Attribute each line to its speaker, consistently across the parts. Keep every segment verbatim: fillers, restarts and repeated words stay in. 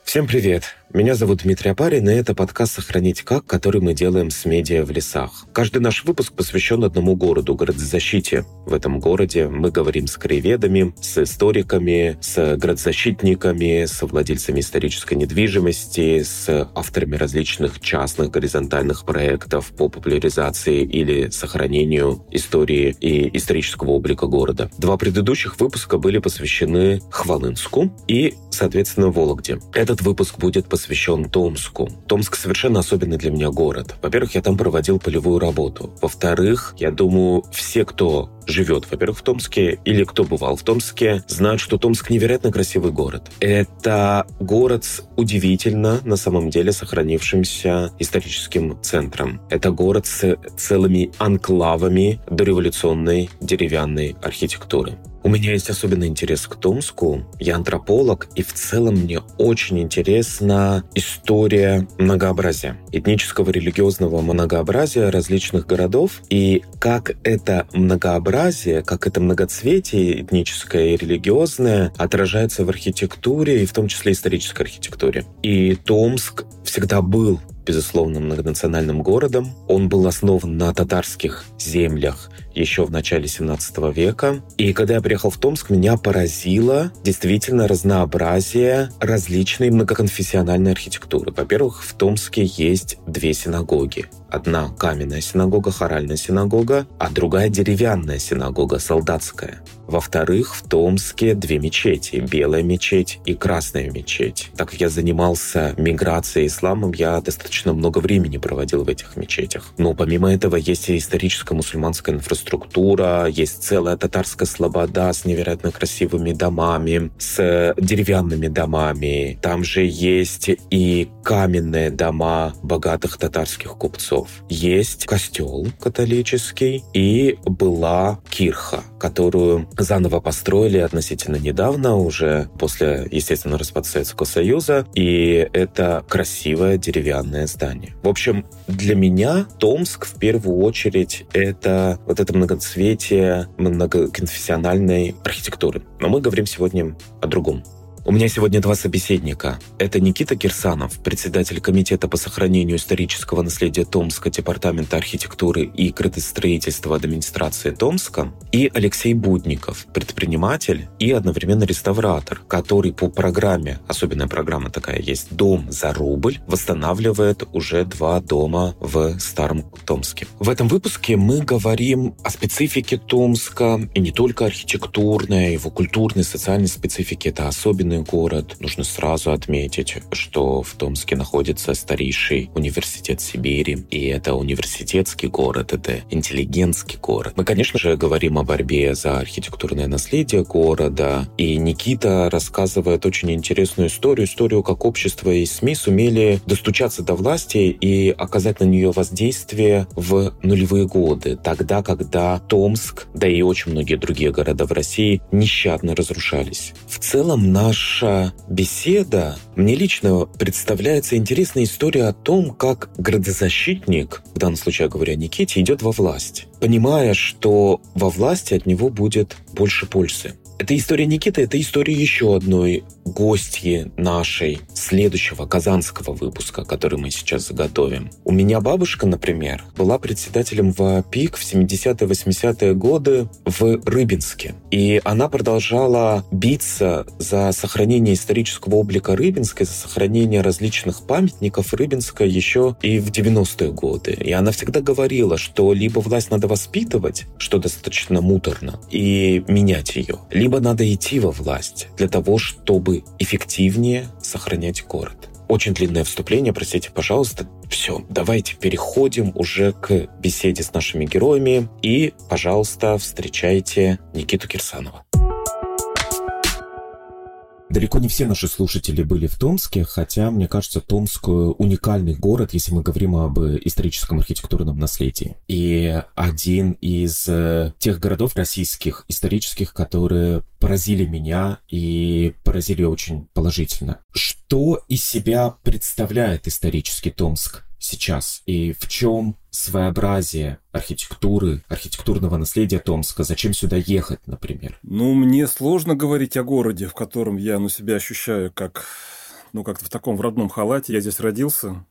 Speaker 1: Всем привет! Меня зовут Дмитрий Апарин, и это подкаст «Сохранить как», который мы делаем с медиа в лесах. Каждый наш выпуск посвящен одному городу, градозащите. В этом городе мы говорим с краеведами, с историками, с градозащитниками, с владельцами исторической недвижимости, с авторами различных частных горизонтальных проектов по популяризации или сохранению истории и исторического облика города. Два предыдущих выпуска были посвящены Хвалынску и, соответственно, Вологде. Этот выпуск будет посвящен посвящен Томску. Томск совершенно особенный для меня город. Во-первых, я там проводил полевую работу. Во-вторых, я думаю, все, кто живет, во-первых, в Томске или кто бывал в Томске, знают, что Томск невероятно красивый город. Это город с удивительно, на самом деле, сохранившимся историческим центром. Это город с целыми анклавами дореволюционной деревянной архитектуры. У меня есть особенный интерес к Томску. Я антрополог, и в целом мне очень интересна история многообразия, этнического религиозного многообразия различных городов, и как это многообразие, как это многоцветие этническое и религиозное отражается в архитектуре, и в том числе исторической архитектуре. И Томск всегда был, безусловно, многонациональным городом. Он был основан на татарских землях еще в начале семнадцатого века. И когда я приехал в Томск, меня поразило действительно разнообразие различной многоконфессиональной архитектуры. Во-первых, в Томске есть две синагоги. Одна каменная синагога, хоральная синагога, а другая деревянная синагога, солдатская. Во-вторых, в Томске две мечети, белая мечеть и красная мечеть. Так как я занимался миграцией исламом, я достаточно много времени проводил в этих мечетях. Но помимо этого есть и историческая мусульманская инфраструктура, есть целая татарская слобода с невероятно красивыми домами, с деревянными домами. Там же есть и каменные дома богатых татарских купцов. Есть костел католический и была кирха, которую заново построили относительно недавно, уже после, естественно, распада Советского Союза, и это красивое деревянное здание. В общем, для меня Томск в первую очередь это вот это многоцветие многоконфессиональной архитектуры. Но мы говорим сегодня о другом. У меня сегодня два собеседника. Это Никита Кирсанов, председатель комитета по сохранению исторического наследия Томска, Департамента архитектуры и градостроительства администрации Томска, и Алексей Будников, предприниматель и одновременно реставратор, который по программе, особенная программа такая есть, «Дом за рубль», восстанавливает уже два дома в Старом Томске. В этом выпуске мы говорим о специфике Томска, и не только архитектурной, его культурной, социальной специфике. Это особенно город. Нужно сразу отметить, что в Томске находится старейший университет Сибири, и это университетский город, это интеллигентский город. Мы, конечно же, говорим о борьбе за архитектурное наследие города, и Никита рассказывает очень интересную историю, историю, как общество и СМИ сумели достучаться до власти и оказать на нее воздействие в нулевые годы, тогда, когда Томск, да и очень многие другие города в России нещадно разрушались. В целом, наш Наша беседа, мне лично представляется интересная история о том, как градозащитник, в данном случае я говорю о Никите, идет во власть, понимая, что во власти от него будет больше пользы. Эта история Никиты — это история еще одной гостьи нашей следующего казанского выпуска, который мы сейчас заготовим. У меня бабушка, например, была председателем ВАПИК в семидесятые восьмидесятые годы в Рыбинске. И она продолжала биться за сохранение исторического облика Рыбинска, за сохранение различных памятников Рыбинска еще и в девяностые годы. И она всегда говорила, что либо власть надо воспитывать, что достаточно муторно, и менять ее, либо Либо надо идти во власть для того, чтобы эффективнее сохранять город. Очень длинное вступление, простите, пожалуйста. Все, давайте переходим уже к беседе с нашими героями. И, пожалуйста, встречайте Никиту Кирсанова. Далеко не все наши слушатели были в Томске, хотя, мне кажется, Томск уникальный город, если мы говорим об историческом архитектурном наследии. И один из тех городов российских, исторических, которые поразили меня и поразили очень положительно. Что из себя представляет исторический Томск сейчас? И в чем своеобразие архитектуры, архитектурного наследия Томска? Зачем сюда ехать, например?
Speaker 2: Ну, мне сложно говорить о городе, в котором я ну, себя ощущаю как ну, как-то в таком в родном халате. Я здесь родился.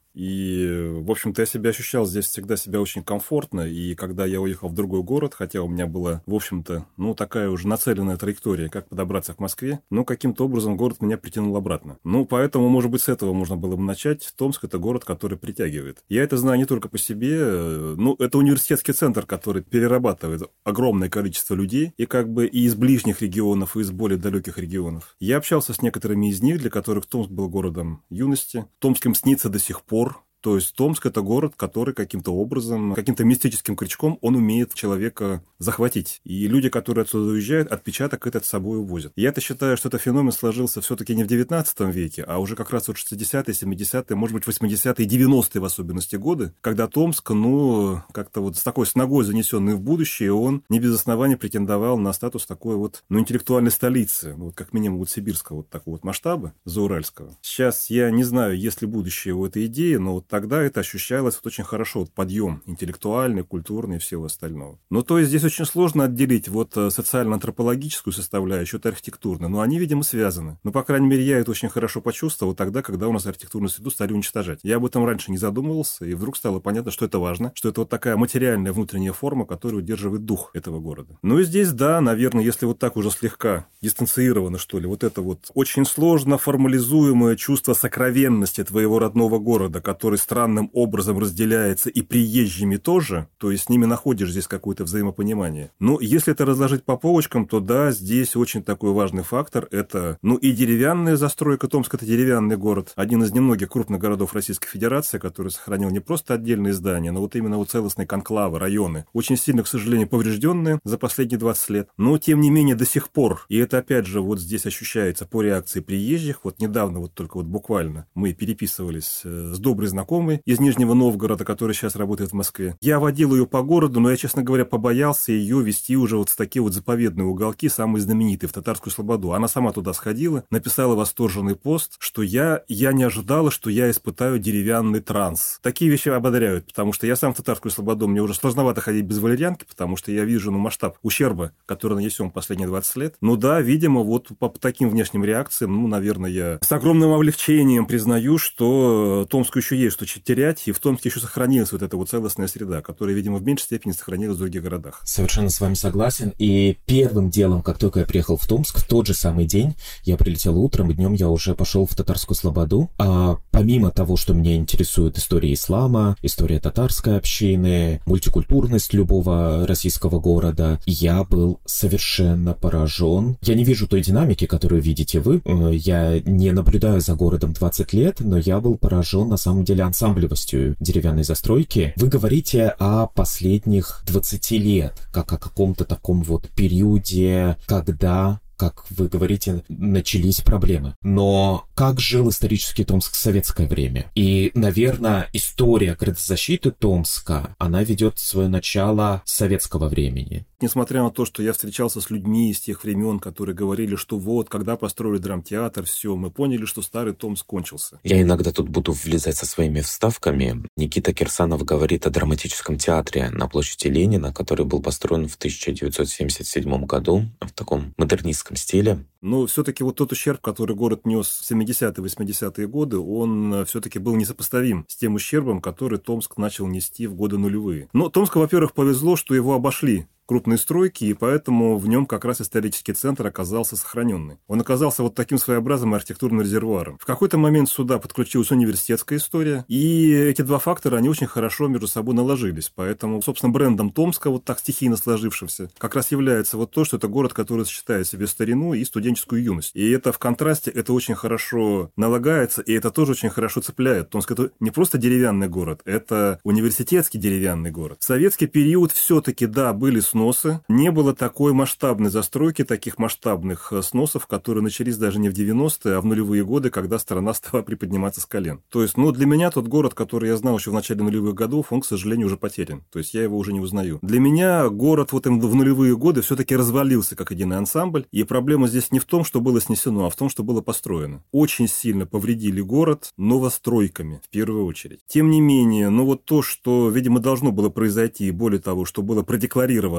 Speaker 2: И, в общем-то, я себя ощущал здесь всегда себя очень комфортно. И когда я уехал в другой город, хотя у меня была, в общем-то, ну, такая уже нацеленная траектория, как подобраться к Москве, но каким-то образом город меня притянул обратно. Ну, поэтому, может быть, с этого можно было бы начать. Томск – это город, который притягивает. Я это знаю не только по себе. Ну, это университетский центр, который перерабатывает огромное количество людей, и как бы и из ближних регионов, и из более далеких регионов. Я общался с некоторыми из них, для которых Томск был городом юности. Томск им снится до сих пор. То есть Томск – это город, который каким-то образом, каким-то мистическим крючком он умеет человека захватить. И люди, которые отсюда уезжают, отпечаток этот с собой увозят. Я-то считаю, что этот феномен сложился все-таки не в девятнадцатом веке, а уже как раз вот шестидесятые, семидесятые, может быть, восьмидесятые, девяностые в особенности годы, когда Томск, ну, как-то вот с такой с ногой занесенный в будущее, он не без основания претендовал на статус такой вот, ну, интеллектуальной столицы, ну, вот как минимум вот сибирского вот такого вот масштаба, зауральского. Сейчас я не знаю, есть ли будущее у этой идеи, но вот тогда это ощущалось вот очень хорошо, вот подъем интеллектуальный, культурный и всего остального. Ну, то есть здесь очень сложно отделить вот социально-антропологическую составляющую от архитектурной, но они, видимо, связаны. Ну, по крайней мере, я это очень хорошо почувствовал тогда, когда у нас архитектурную среду стали уничтожать. Я об этом раньше не задумывался, и вдруг стало понятно, что это важно, что это вот такая материальная внутренняя форма, которая удерживает дух этого города. Ну и здесь, да, наверное, если вот так уже слегка дистанцировано, что ли, вот это вот очень сложно формализуемое чувство сокровенности твоего родного города, который странным образом разделяется и приезжими тоже, то есть с ними находишь здесь какое-то взаимопонимание. Ну, если это разложить по полочкам, то да, здесь очень такой важный фактор – это, ну, и деревянная застройка. Томск – это деревянный город, один из немногих крупных городов Российской Федерации, который сохранил не просто отдельные здания, но вот именно вот целостные конклавы, районы, очень сильно, к сожалению, поврежденные за последние двадцать лет, но, тем не менее, до сих пор, и это, опять же, вот здесь ощущается по реакции приезжих, вот недавно, вот только вот буквально мы переписывались с доброй знакомой из Нижнего Новгорода, которая сейчас работает в Москве. Я водил ее по городу, но я, честно говоря, побоялся ее вести уже вот в такие вот заповедные уголки, самые знаменитые, в Татарскую Слободу. Она сама туда сходила, написала восторженный пост, что я, я не ожидала, что я испытаю деревянный транс. Такие вещи ободряют, потому что я сам в Татарскую Слободу, мне уже сложновато ходить без валерьянки, потому что я вижу, ну, масштаб ущерба, который нанесен последние двадцать лет. Ну да, видимо, вот по таким внешним реакциям, ну, наверное, я с огромным облегчением признаю, что Томску еще есть что терять, и в Томске еще сохранилась вот эта вот целостная среда, которая, видимо, в меньшей степени сохранилась в других городах.
Speaker 1: Совершенно с вами согласен. И первым делом, как только я приехал в Томск, в тот же самый день, я прилетел утром, и днем я уже пошел в Татарскую Слободу. А помимо того, что меня интересует история ислама, история татарской общины, мультикультурность любого российского города, я был совершенно поражен. Я не вижу той динамики, которую видите вы. Я не наблюдаю за городом двадцать лет, но я был поражен, на самом деле, ансамблевостью деревянной застройки. Вы говорите о последних двадцати лет, как о каком-то таком вот периоде, когда, как вы говорите, начались проблемы. Но как жил исторический Томск в советское время? И, наверное, история градозащиты Томска, она ведет свое начало с советского времени.
Speaker 2: Несмотря на то, что я встречался с людьми из тех времен, которые говорили, что вот, когда построили драмтеатр, все, мы поняли, что старый Томск кончился.
Speaker 1: Я иногда тут буду влезать со своими вставками. Никита Кирсанов говорит о драматическом театре на площади Ленина, который был построен в тысяча девятьсот семьдесят седьмом году в таком модернистском стиле.
Speaker 2: Но все-таки вот тот ущерб, который город нес в семидесятые, восьмидесятые годы, он все-таки был несопоставим с тем ущербом, который Томск начал нести в годы нулевые. Но Томску, во-первых, повезло, что его обошли крупные стройки, и поэтому в нем как раз исторический центр оказался сохраненный. Он оказался вот таким своеобразным архитектурным резервуаром. В какой-то момент сюда подключилась университетская история, и эти два фактора, они очень хорошо между собой наложились. Поэтому, собственно, брендом Томска, вот так стихийно сложившимся, как раз является вот то, что это город, который сочетает в себе старину и студенческую юность. И это в контрасте, это очень хорошо налагается, и это тоже очень хорошо цепляет. Томск – это не просто деревянный город, это университетский деревянный город. В советский период все-таки, да, были сносы, не было такой масштабной застройки, таких масштабных сносов, которые начались даже не в девяностые, а в нулевые годы, когда страна стала приподниматься с колен. То есть, ну, для меня тот город, который я знал еще в начале нулевых годов, он, к сожалению, уже потерян. То есть, я его уже не узнаю. Для меня город вот в нулевые годы все-таки развалился как единый ансамбль, и проблема здесь не в том, что было снесено, а в том, что было построено. Очень сильно повредили город новостройками, в первую очередь. Тем не менее, ну вот то, что, видимо, должно было произойти, и более того, что было продекларировано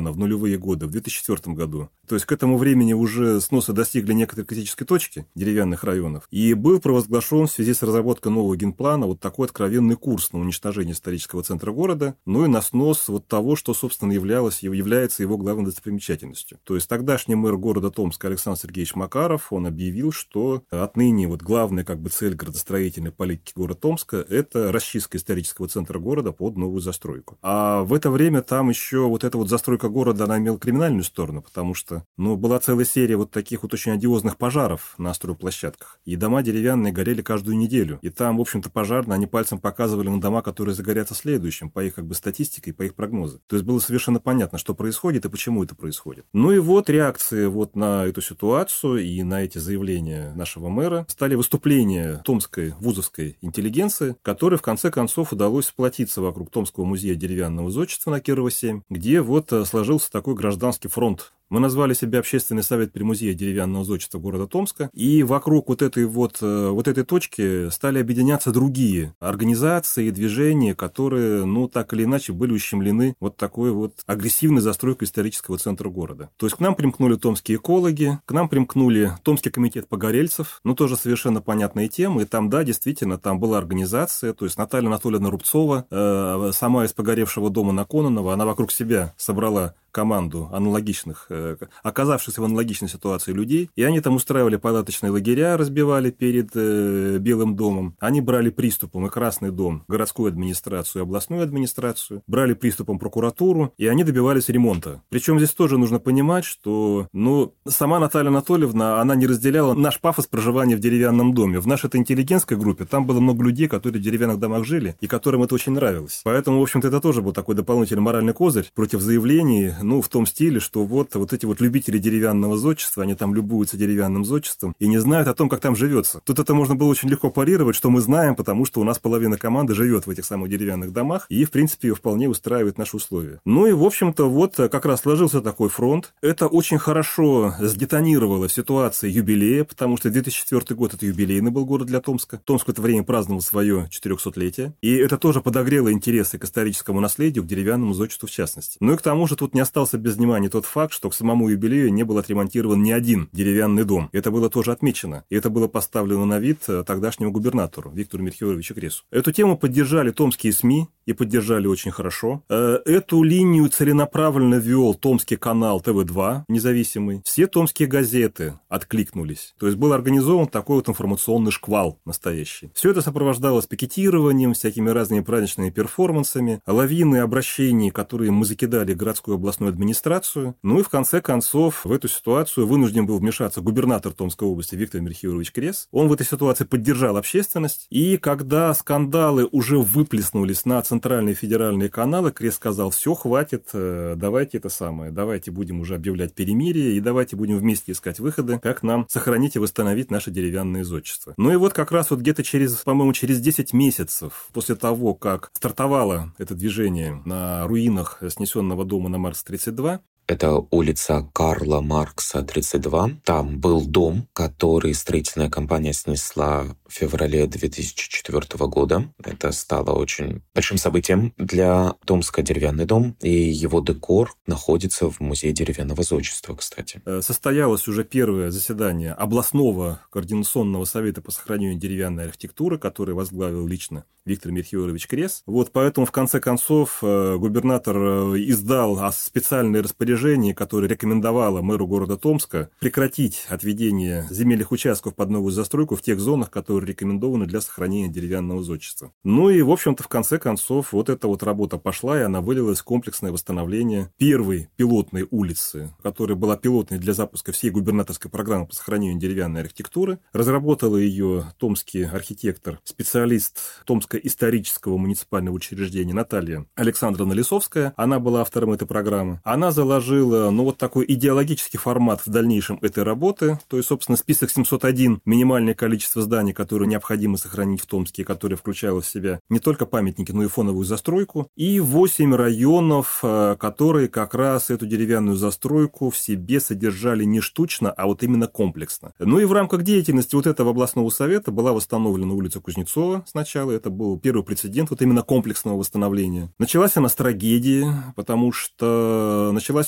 Speaker 2: генплана в нулевые годы, в две тысячи четвёртом году. То есть к этому времени уже сносы достигли некоторой критической точки деревянных районов. И был провозглашен в связи с разработкой нового генплана вот такой откровенный курс на уничтожение исторического центра города, ну и на снос вот того, что, собственно, являлось, является его главной достопримечательностью. То есть тогдашний мэр города Томска Александр Сергеевич Макаров, он объявил, что отныне вот главная как бы цель градостроительной политики города Томска – это расчистка исторического центра города под новую застройку. А в это время там еще вот эта вот застройка города, она имела криминальную сторону, потому что, ну, была целая серия вот таких вот очень одиозных пожаров на стройплощадках. И дома деревянные горели каждую неделю. И там, в общем-то, пожарно, они пальцем показывали на дома, которые загорятся следующим, по их как бы статистике и по их прогнозам. То есть было совершенно понятно, что происходит и почему это происходит. Ну и вот реакции вот на эту ситуацию и на эти заявления нашего мэра стали выступления томской вузовской интеллигенции, которой в конце концов удалось сплотиться вокруг Томского музея деревянного зодчества на Кирова семь, где вот сложился такой гражданский фронт. Мы назвали себя Общественный совет при музее деревянного зодчества города Томска, и вокруг вот этой вот, вот этой точки стали объединяться другие организации и движения, которые, ну, так или иначе были ущемлены вот такой вот агрессивной застройкой исторического центра города. То есть к нам примкнули томские экологи, к нам примкнули Томский комитет погорельцев, ну, тоже совершенно понятная тема, и там, да, действительно, там была организация, то есть Наталья Анатольевна Рубцова, э, сама из погоревшего дома на Кононова, она вокруг себя собрала команду аналогичных, оказавшихся в аналогичной ситуации людей, и они там устраивали палаточные лагеря, разбивали перед э, Белым домом. Они брали приступом и Красный дом, городскую администрацию и областную администрацию, брали приступом прокуратуру, и они добивались ремонта. Причем здесь тоже нужно понимать, что, ну, сама Наталья Анатольевна, она не разделяла наш пафос проживания в деревянном доме. В нашей интеллигентской группе там было много людей, которые в деревянных домах жили, и которым это очень нравилось. Поэтому, в общем-то, это тоже был такой дополнительный моральный козырь против заявлений, ну, в том стиле, что вот, вот эти вот любители деревянного зодчества, они там любуются деревянным зодчеством и не знают о том, как там живется. Тут это можно было очень легко парировать, что мы знаем, потому что у нас половина команды живет в этих самых деревянных домах, и, в принципе, ее вполне устраивает наши условия. Ну и, в общем-то, вот как раз сложился такой фронт. Это очень хорошо сдетонировало в ситуации юбилея, потому что две тысячи четвёртый год – это юбилейный был город для Томска. Томск в это время праздновал свое четырехсотлетие, и это тоже подогрело интересы к историческому наследию, к деревянному зодчеству в частности. Ну и к тому же тут не остался без внимания тот факт, что к самому юбилею не был отремонтирован ни один деревянный дом. Это было тоже отмечено. И это было поставлено на вид тогдашнему губернатору Виктору Мельхиоровичу Кресу. Эту тему поддержали томские СМИ и поддержали очень хорошо. Эту линию целенаправленно вел Томский канал Тэ Вэ два независимый. Все томские газеты откликнулись. То есть был организован такой вот информационный шквал настоящий. Все это сопровождалось пикетированием, всякими разными праздничными перформансами, лавиной обращений, которые мы закидали городскую областную администрацию. Ну и в конце концов в эту ситуацию вынужден был вмешаться губернатор Томской области Виктор Мельхиорович Крес. Он в этой ситуации поддержал общественность. И когда скандалы уже выплеснулись на центральные федеральные каналы, Крес сказал: все, хватит, давайте это самое, давайте будем уже объявлять перемирие и давайте будем вместе искать выходы, как нам сохранить и восстановить наше деревянное зодчество. Ну и вот как раз вот где-то через, по-моему, через десять месяцев после того, как стартовало это движение на руинах снесенного дома на Маркса тридцать два,
Speaker 1: это улица Карла Маркса, тридцать два. Там был дом, который строительная компания снесла в феврале две тысячи четвёртого года. Это стало очень большим событием для Томска. Деревянный дом, и его декор находится в музее деревянного зодчества, кстати.
Speaker 2: Состоялось уже первое заседание областного координационного совета по сохранению деревянной архитектуры, который возглавил лично Виктор Мельхиорович Крес. Вот поэтому в конце концов губернатор издал специальное распоряжение, которое рекомендовало мэру города Томска прекратить отведение земельных участков под новую застройку в тех зонах, которые рекомендованы для сохранения деревянного зодчества. Ну и, в общем-то, в конце концов, вот эта вот работа пошла, и она вылилась в комплексное восстановление первой пилотной улицы, которая была пилотной для запуска всей губернаторской программы по сохранению деревянной архитектуры. Разработала ее томский архитектор, специалист Томского исторического муниципального учреждения Наталья Александровна Лисовская. Она была автором этой программы. Она заложила, ну, вот такой идеологический формат в дальнейшем этой работы, то есть, собственно, список семьсот один, минимальное количество зданий, которые необходимо сохранить в Томске, которое включало в себя не только памятники, но и фоновую застройку, и восемь районов, которые как раз эту деревянную застройку в себе содержали не штучно, а вот именно комплексно. Ну и в рамках деятельности вот этого областного совета была восстановлена улица Кузнецова сначала, это был первый прецедент вот именно комплексного восстановления. Началась она с трагедии, потому что началась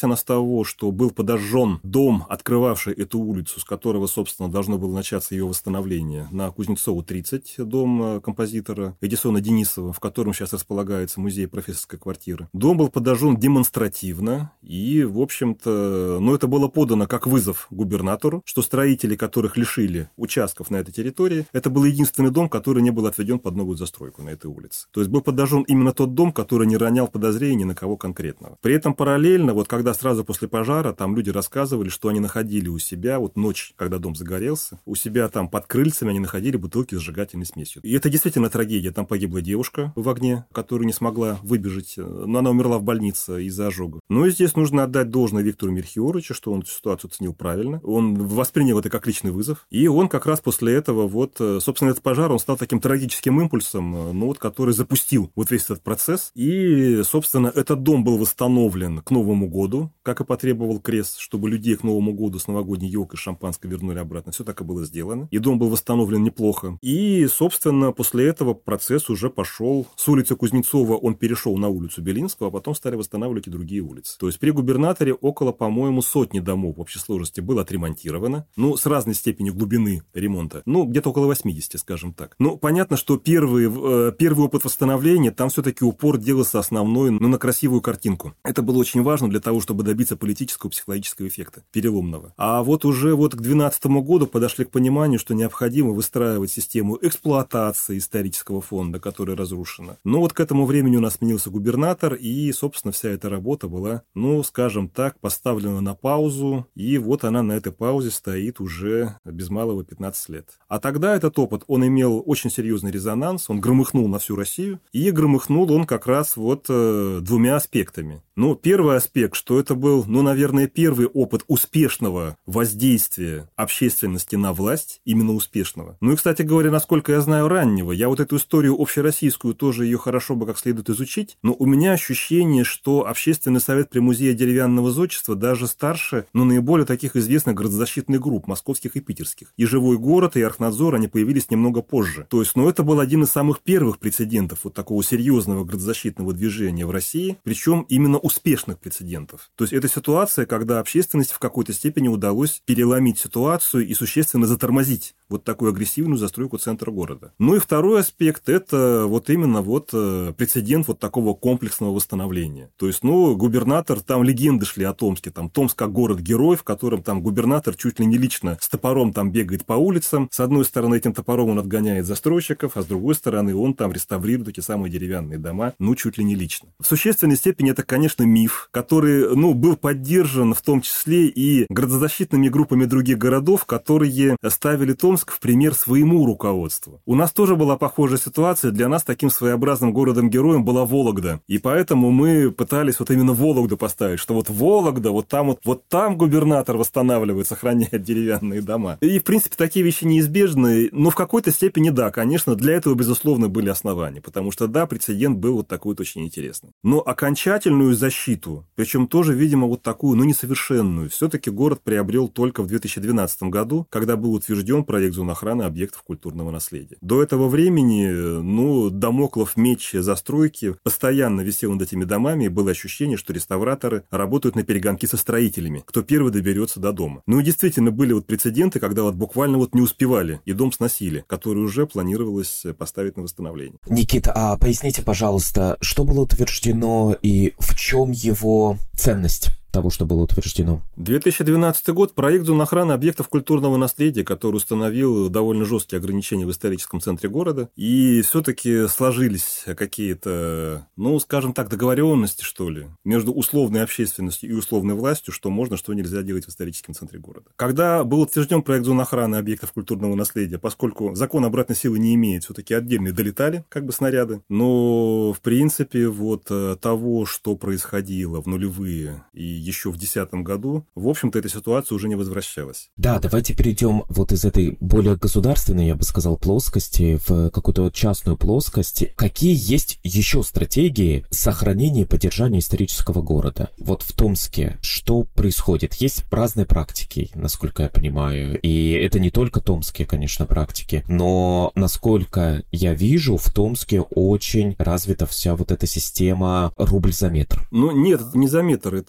Speaker 2: началась она с того, что был подожжен дом, открывавший эту улицу, с которого, собственно, должно было начаться ее восстановление, на Кузнецова, тридцать, дом композитора Эдисона Денисова, в котором сейчас располагается музей профессорской квартиры. Дом был подожжен демонстративно, и, в общем-то, ну, это было подано как вызов губернатору, что строители, которых лишили участков на этой территории, это был единственный дом, который не был отведен под новую застройку на этой улице. То есть был подожжен именно тот дом, который не ронял подозрений ни на кого конкретного. При этом параллельно, вот когда сразу после пожара, там люди рассказывали, что они находили у себя, вот ночь, когда дом загорелся, у себя там под крыльцами они находили бутылки с сжигательной смесью. И это действительно трагедия. Там погибла девушка в огне, которая не смогла выбежать, но она умерла в больнице из-за ожога. Но и здесь нужно отдать должное Виктору Мельхиоровичу, что он эту ситуацию ценил правильно. Он воспринял это как личный вызов. И он как раз после этого, вот, собственно, этот пожар, он стал таким трагическим импульсом, ну, вот, который запустил вот весь этот процесс. И, собственно, этот дом был восстановлен к Новому году, как и потребовал Крест, чтобы людей к Новому году с новогодней елкой шампанской вернули обратно. Все так и было сделано. И дом был восстановлен неплохо. И, собственно, после этого процесс уже пошел. С улицы Кузнецова он перешел на улицу Белинского, а потом стали восстанавливать и другие улицы. То есть при губернаторе около, по-моему, сотни домов в общей сложности было отремонтировано. Ну, с разной степенью глубины ремонта. Ну, где-то около восьмидесяти, скажем так. Ну, понятно, что первый, э, первый опыт восстановления, там все-таки упор делался основной, ну, на красивую картинку. Это было очень важно для того, чтобы добиться политического, психологического эффекта, переломного. А вот уже вот к две тысячи двенадцатому году подошли к пониманию, что необходимо выстраивать систему эксплуатации исторического фонда, которая разрушена. Но вот к этому времени у нас сменился губернатор, и, собственно, вся эта работа была, ну, скажем так, поставлена на паузу, и вот она на этой паузе стоит уже без малого пятнадцать лет. А тогда этот опыт, он имел очень серьезный резонанс, он громыхнул на всю Россию, и громыхнул он как раз вот э, двумя аспектами. Ну, первый аспект, что это был, ну, наверное, первый опыт успешного воздействия общественности на власть, именно успешного. Ну и, кстати говоря, насколько я знаю, раннего. Я вот эту историю общероссийскую тоже ее хорошо бы как следует изучить, но у меня ощущение, что Общественный совет при музее деревянного зодчества даже старше, но наиболее таких известных градозащитных групп, московских и питерских. И «Живой город», и «Архнадзор», они появились немного позже. То есть, ну, это был один из самых первых прецедентов вот такого серьезного градозащитного движения в России, причем именно успешных прецедентов. То есть, это ситуация, когда общественности в какой-то степени удалось переломить ситуацию и существенно затормозить вот такую агрессивную застройку центра города. Ну и второй аспект – это вот именно вот прецедент вот такого комплексного восстановления. То есть, ну, губернатор, там легенды шли о Томске, там Томск как город-герой, в котором там губернатор чуть ли не лично с топором там бегает по улицам. С одной стороны, этим топором он отгоняет застройщиков, а с другой стороны, он там реставрирует эти самые деревянные дома, ну, чуть ли не лично. В существенной степени это, конечно, миф, который, ну, был поддержан в том числе и градозащитными группами других городов, которые ставили Томск в пример своему руководству. У нас тоже была похожая ситуация. Для нас таким своеобразным городом-героем была Вологда. И поэтому мы пытались вот именно Вологду поставить, что вот Вологда, вот там вот, вот там губернатор восстанавливает, сохраняет деревянные дома. И, в принципе, такие вещи неизбежны, но в какой-то степени, да, конечно, для этого, безусловно, были основания, потому что, да, прецедент был вот такой вот очень интересный. Но окончательную защиту, причем тоже, видимо, вот такую, ну, несовершенную, все-таки город приобрел только в две тысячи двенадцатом году, когда был утвержден проект зон охраны объектов культурного наследия. До этого времени, ну, дамоклов меч застройки постоянно висел над этими домами, и было ощущение, что реставраторы работают на перегонки со строителями, кто первый доберется до дома. Ну и действительно были вот прецеденты, когда вот буквально вот не успевали, и дом сносили, который уже планировалось поставить на восстановление.
Speaker 1: Никита, а поясните, пожалуйста, что было утверждено и в чем его ценность того, что было утверждено?
Speaker 2: две тысячи двенадцатый год, проект зон охраны объектов культурного наследия, который установил довольно жесткие ограничения в историческом центре города, и все-таки сложились какие-то, ну, скажем так, договоренности, что ли, между условной общественностью и условной властью, что можно, что нельзя делать в историческом центре города. Когда был утвержден проект зон охраны объектов культурного наследия, поскольку закон обратной силы не имеет, все-таки отдельные долетали, как бы, снаряды, но, в принципе, вот того, что происходило в нулевые и еще в две тысячи десятом году, в общем-то, эта ситуация уже не возвращалась.
Speaker 1: Да, давайте перейдем вот из этой более государственной, я бы сказал, плоскости в какую-то частную плоскость. Какие есть еще стратегии сохранения и поддержания исторического города? Вот в Томске что происходит? Есть разные практики, насколько я понимаю, и это не только томские, конечно, практики, но, насколько я вижу, в Томске очень развита вся вот эта система рубль за метр.
Speaker 2: Ну, нет, это не за метр, это совершенно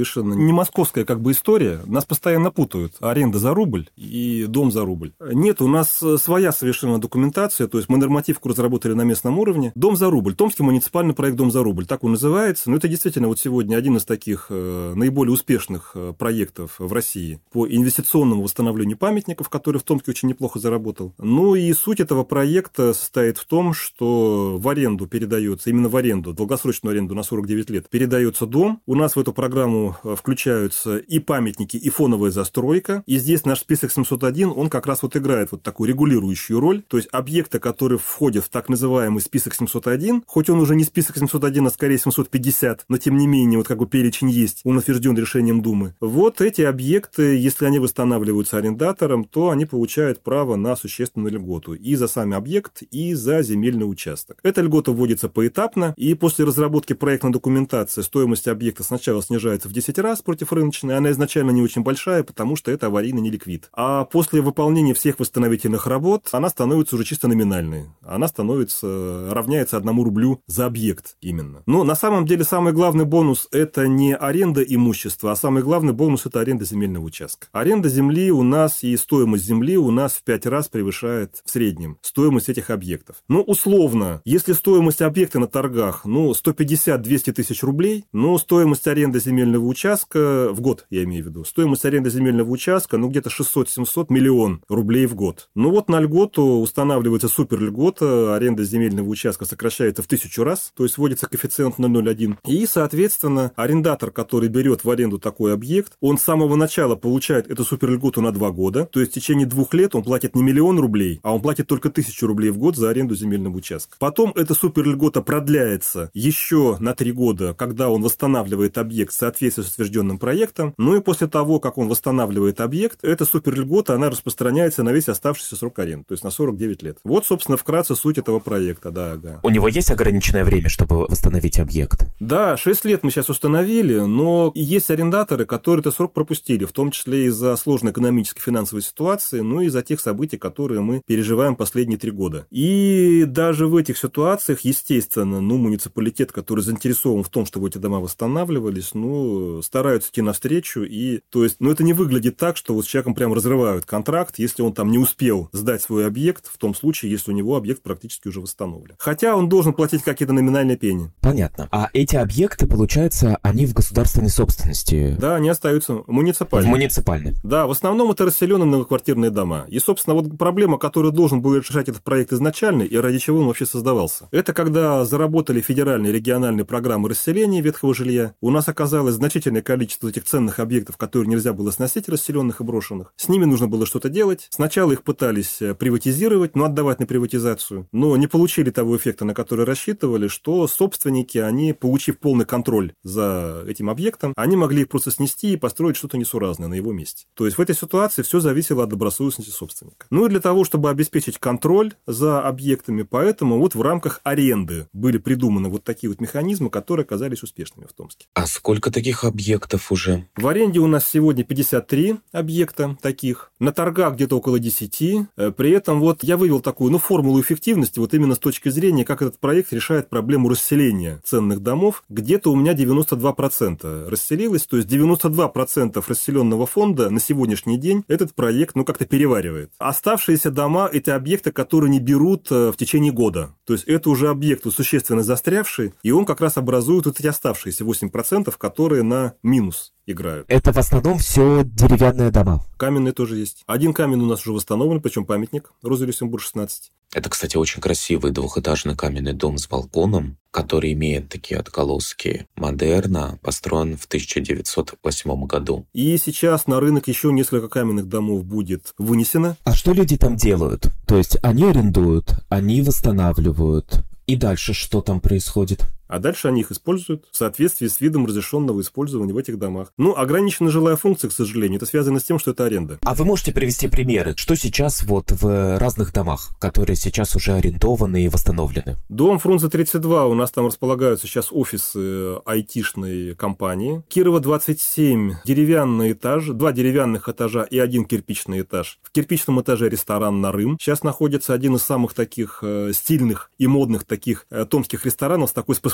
Speaker 2: совершенно не московская как бы история. Нас постоянно путают. Аренда за рубль и дом за рубль. Нет, у нас своя совершенно документация, то есть мы нормативку разработали на местном уровне. Дом за рубль. Томский муниципальный проект «Дом за рубль». Так он называется. Но это действительно вот сегодня один из таких наиболее успешных проектов в России по инвестиционному восстановлению памятников, который в Томске очень неплохо заработал. Ну и суть этого проекта состоит в том, что в аренду передается, именно в аренду, долгосрочную аренду на сорок девять лет, передается дом. У нас в эту программу включаются и памятники, и фоновая застройка. И здесь наш список семьсот один, он как раз вот играет вот такую регулирующую роль. То есть объекты, которые входят в так называемый список семьсот один, хоть он уже не список семьсот один, а скорее семьсот пятьдесят, но тем не менее вот как бы перечень есть, он утвержден решением Думы. Вот эти объекты, если они восстанавливаются арендатором, то они получают право на существенную льготу и за сам объект, и за земельный участок. Эта льгота вводится поэтапно, и после разработки проектной документации стоимость объекта сначала снижается в десять раз против рыночной, она изначально не очень большая, потому что это аварийный неликвид. А после выполнения всех восстановительных работ она становится уже чисто номинальной. Она становится, равняется одному рублю за объект именно. Но на самом деле самый главный бонус – это не аренда имущества, а самый главный бонус – это аренда земельного участка. Аренда земли у нас и стоимость земли у нас в пять раз превышает в среднем стоимость этих объектов. Ну, условно, если стоимость объекта на торгах, ну, сто пятьдесят - двести тысяч рублей, но стоимость аренды земельного участка в год, я имею в виду, стоимость аренды земельного участка, ну, где-то шестьсот-семьсот миллион рублей в год. Ну, вот на льготу устанавливается суперльгота, аренда земельного участка сокращается в тысячу раз, то есть вводится коэффициент ноль целых ноль один. И, соответственно, арендатор, который берет в аренду такой объект, он с самого начала получает эту суперльготу на два года, то есть в течение двух лет он платит не миллион рублей, а он платит только тысячу рублей в год за аренду земельного участка. Потом эта суперльгота продляется еще на три года, когда он восстанавливает объект в соответствии с утвержденным проектом. Ну и после того, как он восстанавливает объект, эта суперльгота, она распространяется на весь оставшийся срок аренды, то есть на сорок девять лет. Вот, собственно, вкратце суть этого проекта. Да, да.
Speaker 1: У него есть ограниченное время, чтобы восстановить объект?
Speaker 2: Да, шесть лет мы сейчас установили, но есть арендаторы, которые этот срок пропустили, в том числе из-за сложной экономической финансовой ситуации, ну и из-за тех событий, которые мы переживаем последние три года. И даже в этих ситуациях, естественно, ну, муниципалитет, который заинтересован в том, чтобы эти дома восстанавливались, ну, стараются идти навстречу, и, то есть, ну, это не выглядит так, что вот с человеком прям разрывают контракт, если он там не успел сдать свой объект, в том случае, если у него объект практически уже восстановлен. Хотя он должен платить какие-то номинальные пени.
Speaker 1: Понятно. А эти объекты, получается, они в государственной собственности?
Speaker 2: Да, они остаются муниципальными.
Speaker 1: В муниципальной.
Speaker 2: Да, в основном это расселенные многоквартирные дома. И, собственно, вот проблема, которую должен был решать этот проект изначально, и ради чего он вообще создавался. Это когда заработали федеральные и региональные программы расселения ветхого жилья, у нас оказалось значительное количество этих ценных объектов, которые нельзя было сносить, расселенных и брошенных. С ними нужно было что-то делать. Сначала их пытались приватизировать, но отдавать на приватизацию, но не получили того эффекта, на который рассчитывали, что собственники, они, получив полный контроль за этим объектом, они могли их просто снести и построить что-то несуразное на его месте. То есть в этой ситуации все зависело от добросовестности собственника. Ну и для того, чтобы обеспечить контроль за объектами, поэтому вот в рамках аренды были придуманы вот такие вот механизмы, которые оказались успешными в Томске.
Speaker 1: А сколько таких объектов уже?
Speaker 2: В аренде у нас сегодня пятьдесят три объекта таких, на торгах где-то около десяти. При этом вот я вывел такую, ну, формулу эффективности, вот именно с точки зрения, как этот проект решает проблему расселения ценных домов. Где-то у меня девяносто два процента расселилось, то есть девяносто два процента расселенного фонда на сегодняшний день этот проект, ну, как-то переваривает. Оставшиеся дома – это объекты, которые не берут в течение года. То есть это уже объект существенно застрявший, и он как раз образует вот эти оставшиеся восемь процентов, которые на минус играют.
Speaker 1: Это в основном все деревянные дома?
Speaker 2: Каменные тоже есть. Один камень у нас уже восстановлен, причем памятник, Роза Люксембург шестнадцать.
Speaker 1: Это, кстати, очень красивый двухэтажный каменный дом с балконом, который имеет такие отголоски модерна, построен в тысяча девятьсот восьмом году.
Speaker 2: И сейчас на рынок еще несколько каменных домов будет вынесено.
Speaker 1: А что люди там делают? То есть они арендуют, они восстанавливают. И дальше что там происходит?
Speaker 2: А дальше они их используют в соответствии с видом разрешенного использования в этих домах. Ну, ограниченная жилая функция, к сожалению, это связано с тем, что это аренда.
Speaker 1: А вы можете привести примеры, что сейчас вот в разных домах, которые сейчас уже арендованы и восстановлены?
Speaker 2: Дом Фрунзе тридцать два, у нас там располагаются сейчас офисы айтишной компании. Кирова двадцать семь, деревянный этаж, два деревянных этажа и один кирпичный этаж. В кирпичном этаже ресторан «Нарым». Сейчас находится один из самых таких э, стильных и модных таких э, томских ресторанов с такой с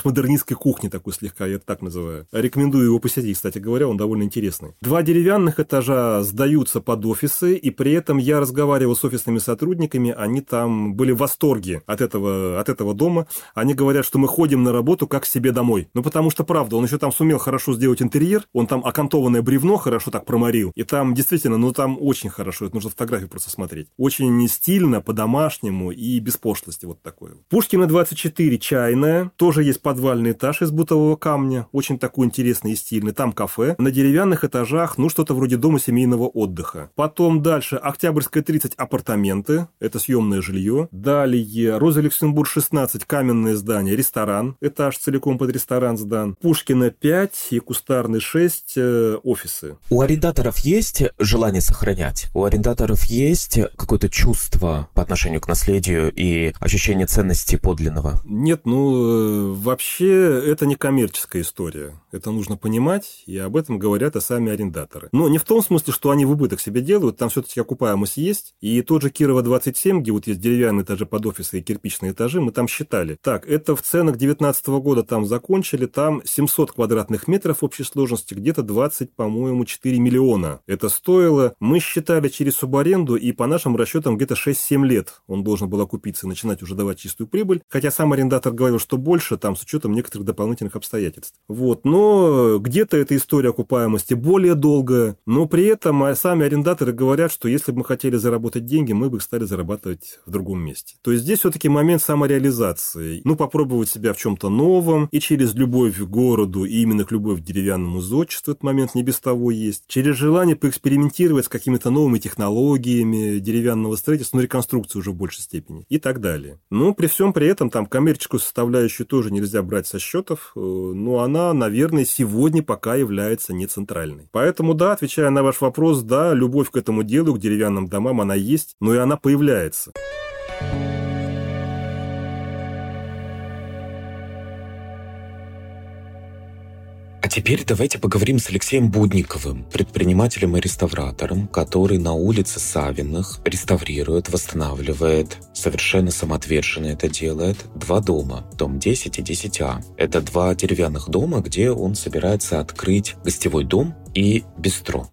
Speaker 2: постмодернистской кухни такой слегка, я это так называю. Рекомендую его посетить, кстати говоря, он довольно интересный. Два деревянных этажа сдаются под офисы, и при этом я разговаривал с офисными сотрудниками, они там были в восторге от этого, от этого дома. Они говорят, что мы ходим на работу как к себе домой. Ну, потому что, правда, он еще там сумел хорошо сделать интерьер, он там окантованное бревно хорошо так проморил, и там действительно, ну, там очень хорошо, это нужно фотографию просто смотреть. Очень стильно, по-домашнему и без пошлости вот такое. Пушкина двадцать четыре, чайная, тоже есть подвальный этаж из бутового камня, очень такой интересный и стильный, там кафе. На деревянных этажах, ну, что-то вроде дома семейного отдыха. Потом дальше Октябрьская тридцать, апартаменты, это съемное жилье. Далее Роза Люксембург шестнадцать, каменное здание, ресторан, этаж целиком под ресторан сдан. Пушкина пять и Кустарный шесть, э, офисы.
Speaker 1: У арендаторов есть желание сохранять? У арендаторов есть какое-то чувство по отношению к наследию и ощущение ценности подлинного?
Speaker 2: Нет, ну, вообще это не коммерческая история. Это нужно понимать, и об этом говорят и сами арендаторы. Но не в том смысле, что они в убыток себе делают, там все-таки окупаемость есть. И тот же Кирова двадцать семь, где вот есть деревянные этажи под офисы и кирпичные этажи, мы там считали. Так, это в ценах две тысячи девятнадцатого года там закончили, там семьсот квадратных метров общей сложности, где-то двадцать, по-моему, четыре миллиона. Это стоило, мы считали через субаренду, и по нашим расчетам где-то шесть-семь лет он должен был окупиться и начинать уже давать чистую прибыль. Хотя сам арендатор говорил, что больше, там, с учетом некоторых дополнительных обстоятельств. Вот, но где-то эта история окупаемости более долгая, но при этом сами арендаторы говорят, что если бы мы хотели заработать деньги, мы бы их стали зарабатывать в другом месте. То есть здесь все-таки момент самореализации. Ну, попробовать себя в чем-то новом, и через любовь к городу, и именно к любовь к деревянному зодчеству этот момент не без того есть. Через желание поэкспериментировать с какими-то новыми технологиями деревянного строительства, но реконструкции уже в большей степени, и так далее. Но при всем при этом там коммерческую составляющую тоже нельзя брать со счетов, но она, наверное, сегодня пока является не центральной. Поэтому, да, отвечая на ваш вопрос, да, любовь к этому делу, к деревянным домам, она есть, но и она появляется.
Speaker 1: А теперь давайте поговорим с Алексеем Будниковым, предпринимателем и реставратором, который на улице Савиных реставрирует, восстанавливает, совершенно самоотверженно это делает, два дома, дом десять и десять А. Это два деревянных дома, где он собирается открыть гостевой дом и бистро.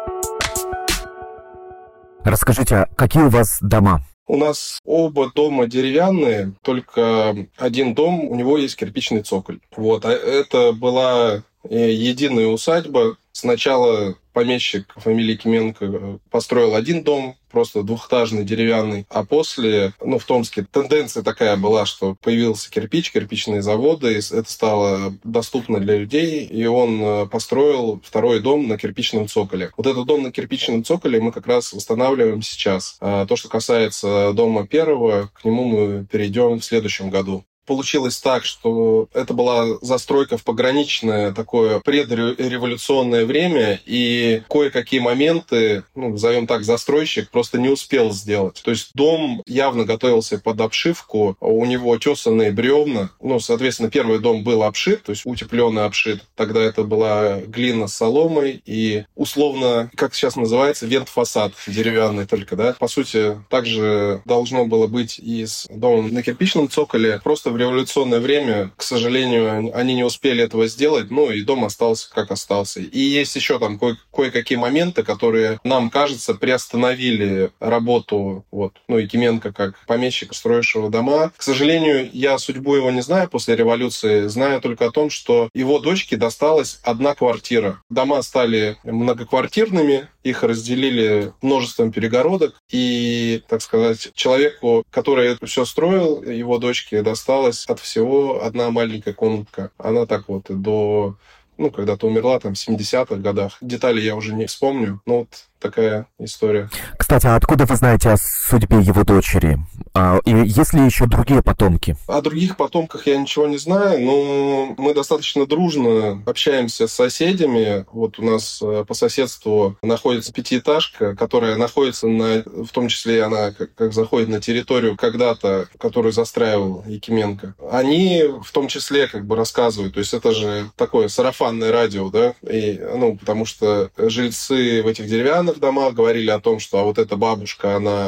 Speaker 3: Расскажите, какие у вас дома?
Speaker 4: У нас оба дома деревянные, только один дом, у него есть кирпичный цоколь. Вот, а это была единая усадьба. Сначала помещик фамилии Кименко построил один дом, просто двухэтажный, деревянный. А после, ну, в Томске тенденция такая была, что появился кирпич, кирпичные заводы, и это стало доступно для людей, и он построил второй дом на кирпичном цоколе. Вот этот дом на кирпичном цоколе мы как раз восстанавливаем сейчас. А то, что касается дома первого, к нему мы перейдем в следующем году. Получилось так, что это была застройка в пограничное такое предреволюционное время, и кое-какие моменты, ну, назовем так, застройщик просто не успел сделать. То есть дом явно готовился под обшивку, у него тесанные бревна, ну, соответственно, первый дом был обшит, то есть утепленный обшит. Тогда это была глина с соломой и условно, как сейчас называется, вент-фасад деревянный только, да. По сути, также должно было быть и с домом на кирпичном цоколе, просто в революционное время, к сожалению, они не успели этого сделать, ну и дом остался как остался. И есть еще там ко- кое-какие моменты, которые, нам кажется, приостановили работу, вот, ну и Кименко как помещика, строившего дома. К сожалению, я судьбу его не знаю после революции, знаю только о том, что его дочке досталась одна квартира. Дома стали многоквартирными, их разделили множеством перегородок, и, так сказать, человеку, который это все строил, его дочке досталась от всего одна маленькая комнатка. Она так вот до, ну, когда-то умерла, там, в семидесятых годах. Детали я уже не вспомню, но вот такая история.
Speaker 3: Кстати, а откуда вы знаете о судьбе его дочери? А, и есть ли еще другие потомки?
Speaker 4: О других потомках я ничего не знаю, но мы достаточно дружно общаемся с соседями. Вот у нас по соседству находится пятиэтажка, которая находится, на, в том числе она как, как заходит на территорию когда-то, которую застраивал Якименко. Они в том числе как бы рассказывают, то есть это же такое сарафанное радио, да, и, ну, потому что жильцы в этих деревянных домах говорили о том, что а вот эта бабушка, она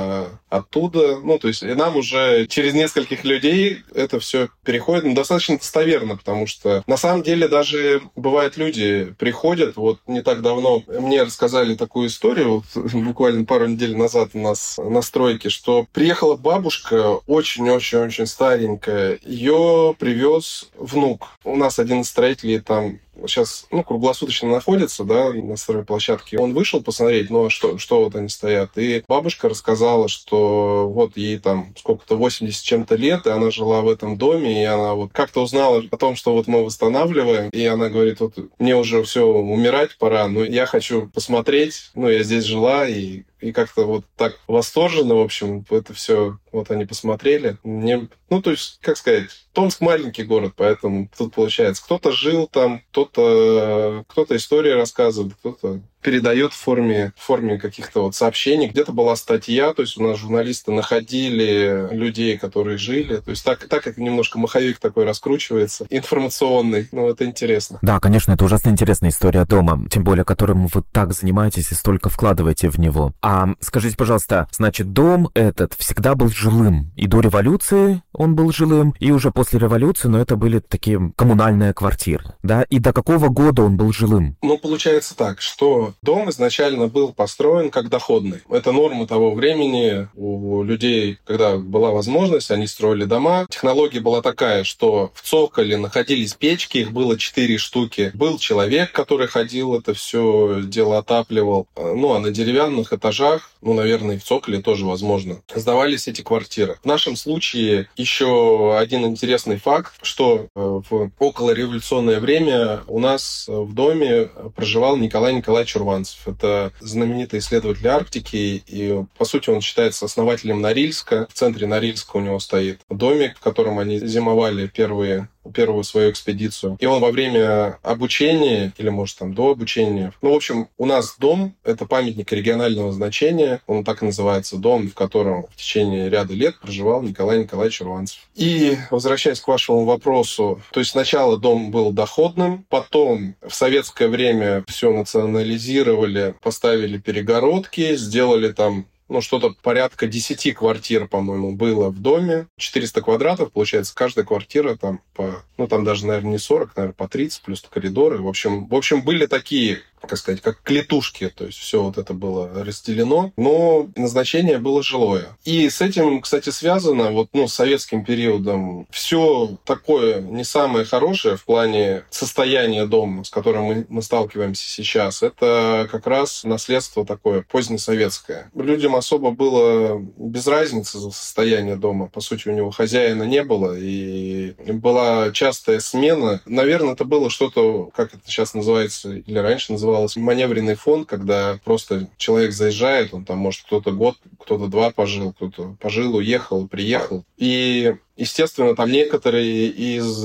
Speaker 4: оттуда. Ну, то есть и нам уже через нескольких людей это все переходит, ну, достаточно достоверно, потому что на самом деле даже бывает люди приходят, вот не так давно мне рассказали такую историю, вот, буквально пару недель назад у нас на стройке, что приехала бабушка очень-очень-очень старенькая, ее привез внук. У нас один из строителей там сейчас, ну, круглосуточно находится, да, на стройплощадке. Он вышел посмотреть, ну, а что, что вот они стоят. И бабушка рассказала, что вот ей там сколько-то восемьдесят чем-то лет, и она жила в этом доме, и она вот как-то узнала о том, что вот мы восстанавливаем, и она говорит, вот мне уже все, умирать пора, но я хочу посмотреть, ну, я здесь жила, и И как-то вот так восторженно, в общем, это все вот они посмотрели. Мне, ну, то есть, как сказать, Томск маленький город, поэтому тут получается, кто-то жил там, кто-то, кто-то истории рассказывает, кто-то передает в форме, в форме каких-то вот сообщений. Где-то была статья, то есть у нас журналисты находили людей, которые жили. То есть так, так как немножко маховик такой раскручивается, информационный. Ну, это интересно.
Speaker 3: Да, конечно, это ужасно интересная история дома, тем более, которым вы так занимаетесь и столько вкладываете в него. А скажите, пожалуйста, значит, дом этот всегда был жилым? И до революции он был жилым, и уже после революции, но это были такие коммунальные квартиры, да? И до какого года он был жилым?
Speaker 4: Ну, получается так, что дом изначально был построен как доходный. Это норма того времени. У людей, когда была возможность, они строили дома. Технология была такая, что в цоколе находились печки, их было четыре штуки. Был человек, который ходил, это все дело отапливал. Ну, а на деревянных этажах, ну, наверное, и в цоколе тоже возможно, сдавались эти квартиры. В нашем случае еще один интересный факт, что в околореволюционное время у нас в доме проживал Николай Николаевич Урванцев. Это знаменитый исследователь Арктики, и, по сути, он считается основателем Норильска. В центре Норильска у него стоит домик, в котором они зимовали первые первую свою экспедицию. И он во время обучения, или, может, там, до обучения... Ну, в общем, у нас дом — это памятник регионального значения. Он так и называется, дом, в котором в течение ряда лет проживал Николай Николаевич Урванцев. И, возвращаясь к вашему вопросу, то есть сначала дом был доходным, потом в советское время все национализировали, поставили перегородки, сделали там ну, что-то порядка десяти квартир, по-моему, было в доме. четыреста квадратов, получается, каждая квартира там по... Ну, там даже, наверное, не сорок, наверное, по тридцать, плюс коридоры. В общем, в общем, были такие, как сказать, как клетушки. То есть все вот это было разделено, но назначение было жилое. И с этим, кстати, связано, вот, ну, с советским периодом все такое не самое хорошее в плане состояния дома, с которым мы, мы сталкиваемся сейчас. Это как раз наследство такое позднесоветское. Людям особо было без разницы за состояние дома. По сути, у него хозяина не было, и была частая смена. Наверное, это было что-то, как это сейчас называется, или раньше называлось, маневренный фонд, когда просто человек заезжает, он там, может, кто-то год, кто-то два пожил, кто-то пожил, уехал, приехал. И естественно, там некоторые из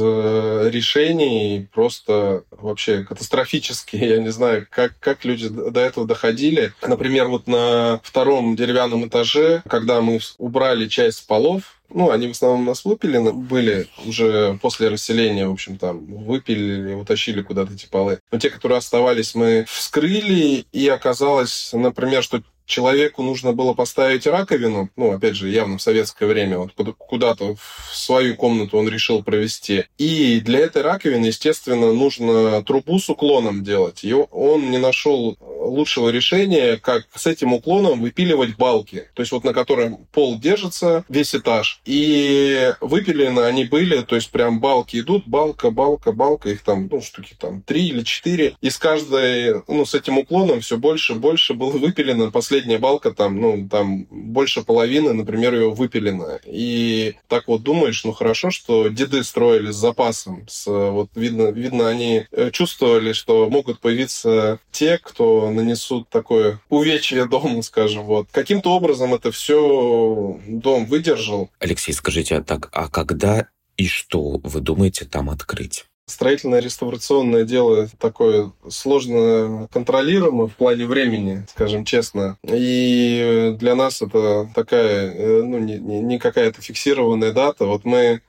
Speaker 4: решений просто вообще катастрофические. Я не знаю, как, как люди до этого доходили. Например, вот на втором деревянном этаже, когда мы убрали часть полов, ну, они в основном у нас выпилены были уже после расселения, в общем, там, выпилили, утащили куда-то эти полы. Но те, которые оставались, мы вскрыли, и оказалось, например, что человеку нужно было поставить раковину, ну, опять же, явно в советское время, вот куда-то в свою комнату он решил провести. И для этой раковины, естественно, нужно трубу с уклоном делать. И он не нашел лучшего решения, как с этим уклоном выпиливать балки. То есть вот на котором пол держится, весь этаж. И выпилены они были, то есть прям балки идут, балка, балка, балка, их там, ну, штуки там три или четыре. И с каждой, ну, с этим уклоном все больше и больше было выпилено. Последняя балка там, ну, там больше половины, например, ее выпилено. И так вот думаешь, ну, хорошо, что деды строили с запасом. С, вот видно, видно, они чувствовали, что могут появиться те, кто нанесут такое увечье дому, скажем. Вот. Каким-то образом это все дом выдержал.
Speaker 1: Алексей, скажите, а так, а когда и что вы думаете там открыть?
Speaker 4: Строительно-реставрационное дело такое сложно контролируемое в плане времени, скажем честно. И для нас это такая, ну, не, не какая-то фиксированная дата. Вот мы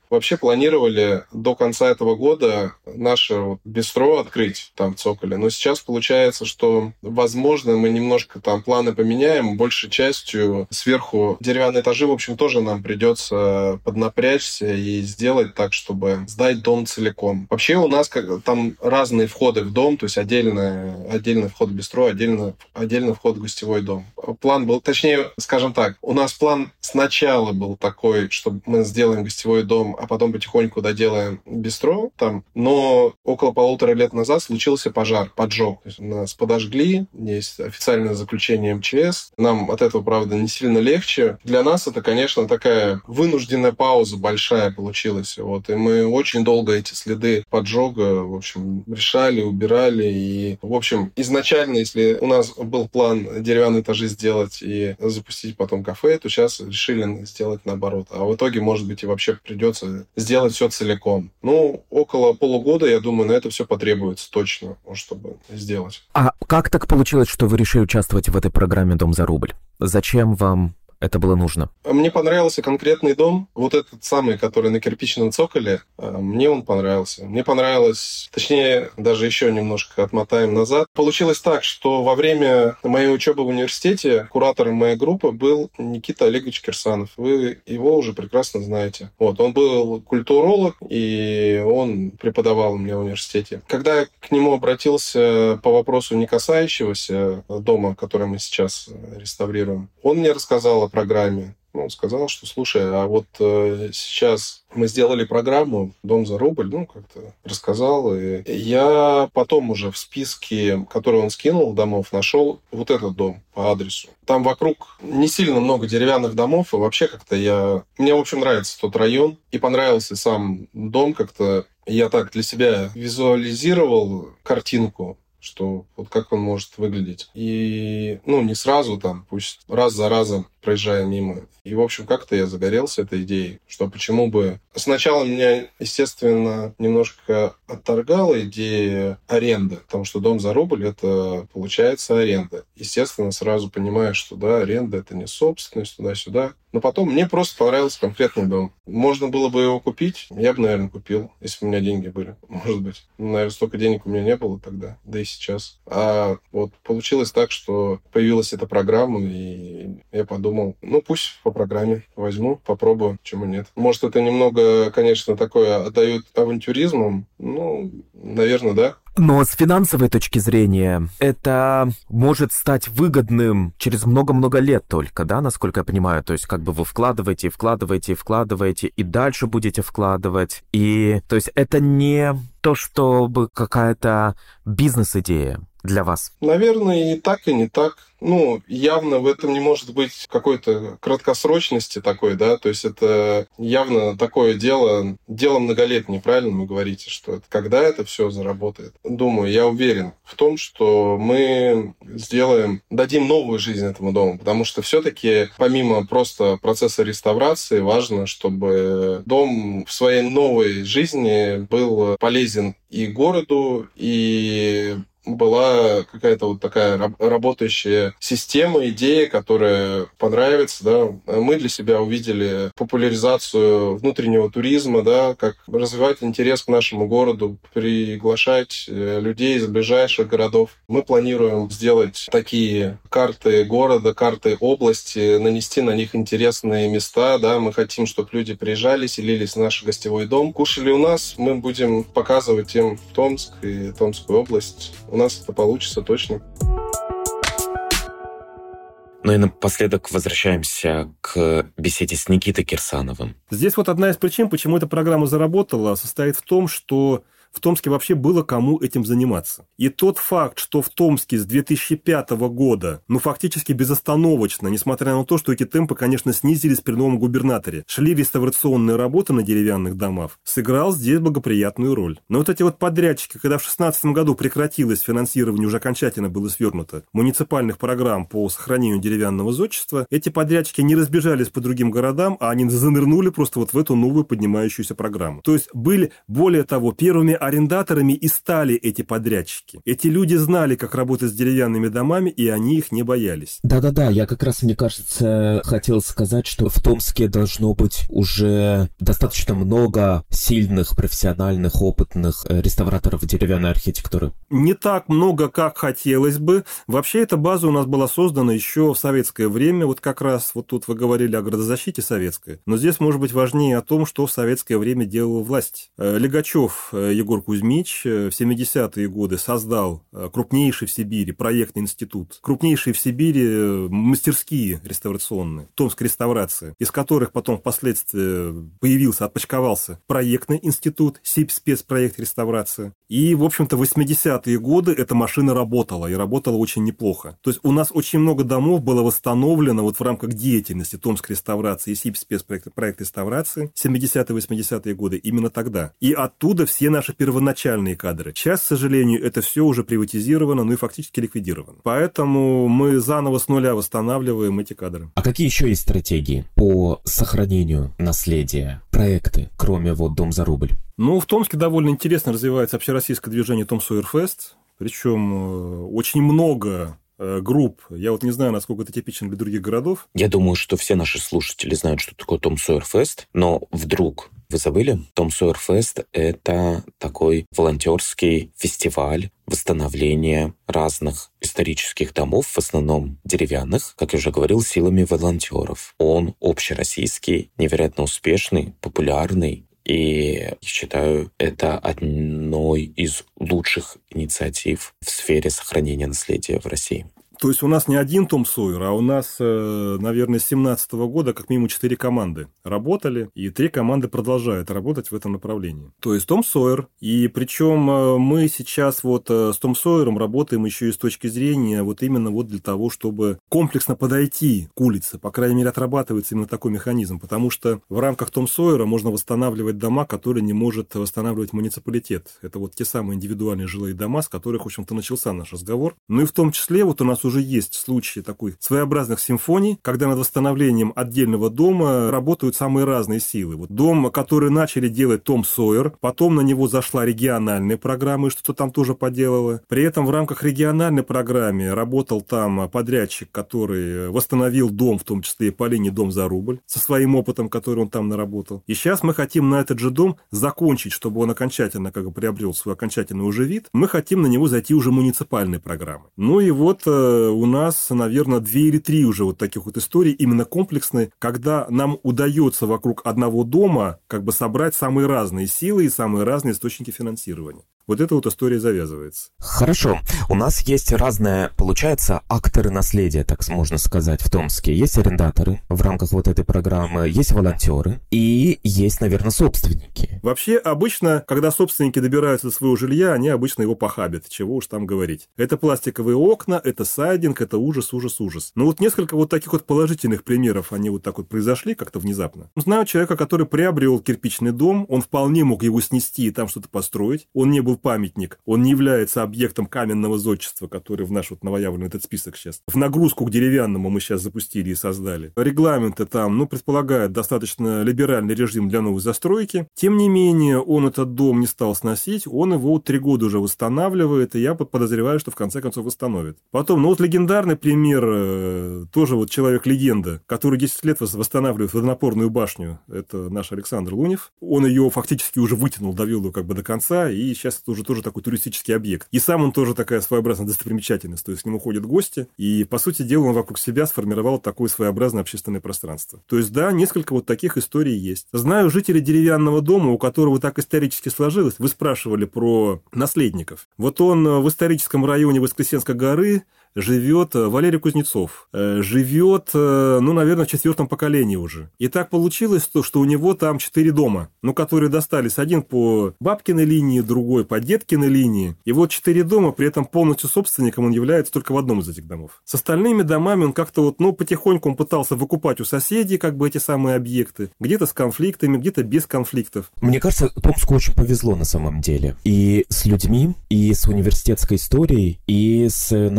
Speaker 4: вообще планировали до конца этого года наше вот бистро открыть там в Цоколе. Но сейчас получается, что, возможно, мы немножко там планы поменяем. Большей частью сверху деревянные этажи, в общем, тоже нам придется поднапрячься и сделать так, чтобы сдать дом целиком. Вообще у нас как, там разные входы в дом, то есть отдельно, отдельный вход в бистро, отдельно, отдельный вход в гостевой дом. План был, точнее, скажем так, у нас план сначала был такой, что мы сделаем гостевой дом, а потом потихоньку доделаем бистро там, но около полутора лет назад случился пожар, поджог. То есть нас подожгли, есть официальное заключение эм че эс. Нам от этого, правда, не сильно легче. Для нас это, конечно, такая вынужденная пауза большая получилась. Вот. И мы очень долго эти следы поджога, в общем, решали, убирали. И, в общем, изначально, если у нас был план деревянные этажи сделать и запустить потом кафе, то сейчас решили сделать наоборот. А в итоге, может быть, и вообще придется сделать все целиком. Ну, около полугода, я думаю, на это все потребуется точно, чтобы сделать.
Speaker 3: А как так получилось, что вы решили участвовать в этой программе «Дом за рубль»? Зачем вам это было нужно?
Speaker 4: Мне понравился конкретный дом, вот этот самый, который на кирпичном цоколе, мне он понравился. Мне понравилось, точнее, даже еще немножко отмотаем назад. Получилось так, что во время моей учебы в университете куратором моей группы был Никита Олегович Кирсанов. Вы его уже прекрасно знаете. Вот, он был культуролог, и он преподавал у меня в университете. Когда я к нему обратился по вопросу, не касающегося дома, который мы сейчас реставрируем, он мне рассказал о программе. Он сказал, что, слушай, а вот э, сейчас мы сделали программу «Дом за рубль», ну, как-то рассказал. И я потом уже в списке, который он скинул, домов, нашел вот этот дом по адресу. Там вокруг не сильно много деревянных домов, и вообще как-то я... Мне, в общем, нравится тот район, и понравился сам дом как-то. Я так для себя визуализировал картинку, что вот как он может выглядеть. И, ну, не сразу там, пусть раз за разом проезжая мимо. И, в общем, как-то я загорелся этой идеей, что почему бы... Сначала меня, естественно, немножко отторгала идея аренды, потому что дом за рубль — это, получается, аренда. Естественно, сразу понимаешь, что, да, аренда — это не собственность, туда-сюда. Но потом мне просто понравился конкретный дом. Можно было бы его купить, я бы, наверное, купил, если бы у меня деньги были, может быть. Ну, наверное, столько денег у меня не было тогда, да и сейчас. А вот получилось так, что появилась эта программа, и я подумал, ну, пусть по программе возьму, попробую, чему нет. Может, это немного, конечно, такое отдает авантюризмом, ну, наверное, да.
Speaker 3: Но с финансовой точки зрения это может стать выгодным через много-много лет только, да, насколько я понимаю? То есть как бы вы вкладываете, вкладываете, вкладываете, и дальше будете вкладывать. И то есть это не то, чтобы какая-то бизнес-идея для вас?
Speaker 4: Наверное, и так, и не так. Ну, явно в этом не может быть какой-то краткосрочности такой, да, то есть это явно такое дело, дело многолетнее, правильно вы говорите, что это, когда это все заработает. Думаю, я уверен в том, что мы сделаем, дадим новую жизнь этому дому, потому что все-таки помимо просто процесса реставрации важно, чтобы дом в своей новой жизни был полезен и городу, и была какая-то вот такая работающая система, идея, которая понравится, да. Мы для себя увидели популяризацию внутреннего туризма, да, как развивать интерес к нашему городу, приглашать людей из ближайших городов. Мы планируем сделать такие карты города, карты области, нанести на них интересные места, да. Мы хотим, чтобы люди приезжали, селились в наш гостевой дом, кушали у нас, мы будем показывать им Томск и Томскую область. У нас это получится точно.
Speaker 1: Ну и напоследок возвращаемся к беседе с Никитой Кирсановым.
Speaker 2: Здесь вот одна из причин, почему эта программа заработала, состоит в том, что в Томске вообще было кому этим заниматься. И тот факт, что в Томске с две тысячи пятого года, ну, фактически безостановочно, несмотря на то, что эти темпы, конечно, снизились при новом губернаторе, шли реставрационные работы на деревянных домах, сыграл здесь благоприятную роль. Но вот эти вот подрядчики, когда в шестнадцатом году прекратилось финансирование, уже окончательно было свернуто, муниципальных программ по сохранению деревянного зодчества, эти подрядчики не разбежались по другим городам, а они занырнули просто вот в эту новую поднимающуюся программу. То есть были, более того, первыми арендаторами и стали эти подрядчики. Эти люди знали, как работать с деревянными домами, и они их не боялись.
Speaker 3: Да-да-да, я как раз, мне кажется, хотел сказать, что в Томске должно быть уже достаточно много сильных, профессиональных, опытных реставраторов деревянной архитектуры.
Speaker 2: Не так много, как хотелось бы. Вообще, эта база у нас была создана еще в советское время. Вот как раз вот тут вы говорили о градозащите советской. Но здесь, может быть, важнее о том, что в советское время делала власть. Легачев Егор Кузьмич в семидесятые годы создал крупнейший в Сибири проектный институт, крупнейшие в Сибири мастерские реставрационные, Томская реставрация, из которых потом впоследствии появился, отпочковался проектный институт, Сибспецпроект реставрация. И, в общем-то, в восьмидесятые годы эта машина работала, и работала очень неплохо. То есть у нас очень много домов было восстановлено вот в рамках деятельности Томской реставрации и Сибспецпроект проект реставрации семидесятые-восьмидесятые годы, именно тогда. И оттуда все наши первоначальные кадры. Сейчас, к сожалению, это все уже приватизировано, ну и фактически ликвидировано. Поэтому мы заново с нуля восстанавливаем эти кадры.
Speaker 3: А какие еще есть стратегии по сохранению наследия, проекты, кроме вот «Дом за рубль»?
Speaker 2: Ну, в Томске довольно интересно развивается общероссийское движение Том Сойер Фест, причем очень много групп. Я вот не знаю, насколько это типично для других городов.
Speaker 1: Я думаю, что все наши слушатели знают, что такое Том Сойер Фест, но вдруг вы забыли? Том Сойер Фест – это такой волонтерский фестиваль восстановления разных исторических домов, в основном деревянных, как я уже говорил, силами волонтеров. Он общероссийский, невероятно успешный, популярный. И я считаю, это одной из лучших инициатив в сфере сохранения наследия в России.
Speaker 2: То есть у нас не один Том Сойер, а у нас, наверное, с семнадцатого года как минимум четыре команды работали, и три команды продолжают работать в этом направлении. То есть Том Сойер, и причем мы сейчас вот с Том Сойером работаем еще и с точки зрения вот именно вот для того, чтобы комплексно подойти к улице, по крайней мере, отрабатывается именно такой механизм, потому что в рамках Том Сойера можно восстанавливать дома, которые не может восстанавливать муниципалитет. Это вот те самые индивидуальные жилые дома, с которых, в общем-то, начался наш разговор. Ну и в том числе вот у нас уже есть случаи такой своеобразных симфоний, когда над восстановлением отдельного дома работают самые разные силы. Вот дом, который начали делать Том Сойер, потом на него зашла региональная программа и что-то там тоже поделала. При этом в рамках региональной программы работал там подрядчик, который восстановил дом, в том числе и по линии «Дом за рубль», со своим опытом, который он там наработал. И сейчас мы хотим на этот же дом закончить, чтобы он окончательно как бы приобрел свой окончательный уже вид. Мы хотим на него зайти уже муниципальной программой. Ну и вот у нас, наверное, две или три уже вот таких вот историй, именно комплексные, когда нам удается вокруг одного дома как бы собрать самые разные силы и самые разные источники финансирования. Вот эта вот история завязывается.
Speaker 3: Хорошо. У нас есть разные, получается, акторы наследия, так можно сказать, в Томске. Есть арендаторы в рамках вот этой программы, есть волонтеры и есть, наверное, собственники.
Speaker 2: Вообще, обычно, когда собственники добираются до своего жилья, они обычно его похабят, чего уж там говорить. Это пластиковые окна, это сайдинг, это ужас, ужас, ужас. Но вот несколько вот таких вот положительных примеров, они вот так вот произошли как-то внезапно. Знаю человека, который приобрел кирпичный дом, он вполне мог его снести и там что-то построить. Он не был памятник, он не является объектом каменного зодчества, который в наш вот новоявленный этот список сейчас. В нагрузку к деревянному мы сейчас запустили и создали. Регламенты там, ну, предполагают достаточно либеральный режим для новой застройки. Тем не менее, он этот дом не стал сносить, он его три года уже восстанавливает, и я подозреваю, что в конце концов восстановит. Потом, ну, вот легендарный пример, тоже вот человек-легенда, который десять лет восстанавливает водонапорную башню, это наш Александр Лунев. Он ее фактически уже вытянул, довел ее как бы до конца, и сейчас это уже тоже такой туристический объект. И сам он тоже такая своеобразная достопримечательность, то есть к нему ходят гости, и, по сути дела, он вокруг себя сформировал такое своеобразное общественное пространство. То есть, да, несколько вот таких историй есть. Знаю жителей деревянного дома, у которого так исторически сложилось, вы спрашивали про наследников. Вот он в историческом районе Воскресенской горы живет Валерий Кузнецов. Живет, ну, наверное, в четвертом поколении уже. И так получилось, что у него там четыре дома, ну, которые достались. Один по бабкиной линии, другой по деткиной линии. И вот четыре дома, при этом полностью собственником он является только в одном из этих домов. С остальными домами он как-то вот, ну, потихоньку он пытался выкупать у соседей как бы эти самые объекты. Где-то с конфликтами, где-то без конфликтов.
Speaker 3: Мне кажется, Томску очень повезло на самом деле. И с людьми, и с университетской историей, и с наследием.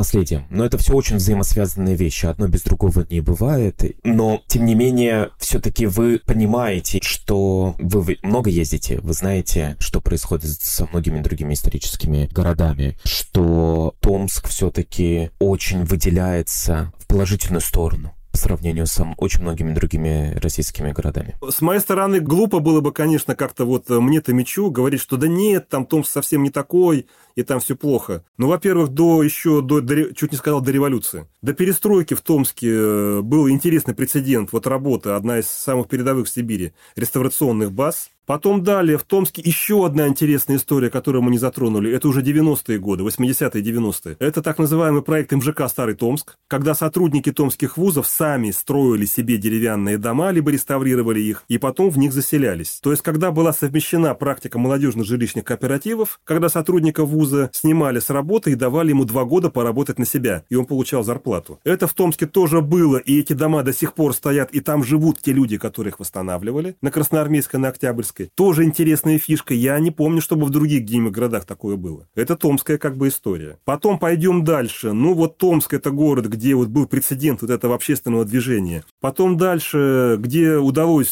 Speaker 3: но это все очень взаимосвязанные вещи. Одно без другого не бывает. Но, тем не менее, все-таки вы понимаете, что вы много ездите, вы знаете, что происходит со многими другими историческими городами, что Томск все-таки очень выделяется в положительную сторону по сравнению с очень многими другими российскими городами.
Speaker 2: С моей стороны, глупо было бы, конечно, как-то вот мне-то мечу говорить, что да нет, там Томск совсем не такой, и там все плохо. Ну, во-первых, до еще, до, до, чуть не сказал, до революции. До перестройки в Томске был интересный прецедент, вот работа, одна из самых передовых в Сибири, реставрационных баз. Потом далее в Томске еще одна интересная история, которую мы не затронули. Это уже девяностые годы, восьмидесятые, девяностые. Это так называемый проект эм жэ ка «Старый Томск», когда сотрудники томских вузов сами строили себе деревянные дома, либо реставрировали их, и потом в них заселялись. То есть, когда была совмещена практика молодежных жилищных кооперативов, когда сотрудника вуза снимали с работы и давали ему два года поработать на себя, и он получал зарплату. Это в Томске тоже было, и эти дома до сих пор стоят, и там живут те люди, которых восстанавливали, на Красноармейской, на Октябрьской. Тоже интересная фишка. Я не помню, чтобы в других где-нибудь городах такое было. Это томская как бы история. Потом пойдем дальше. Ну вот Томск – это город, где вот был прецедент вот этого общественного движения. Потом дальше, где удалось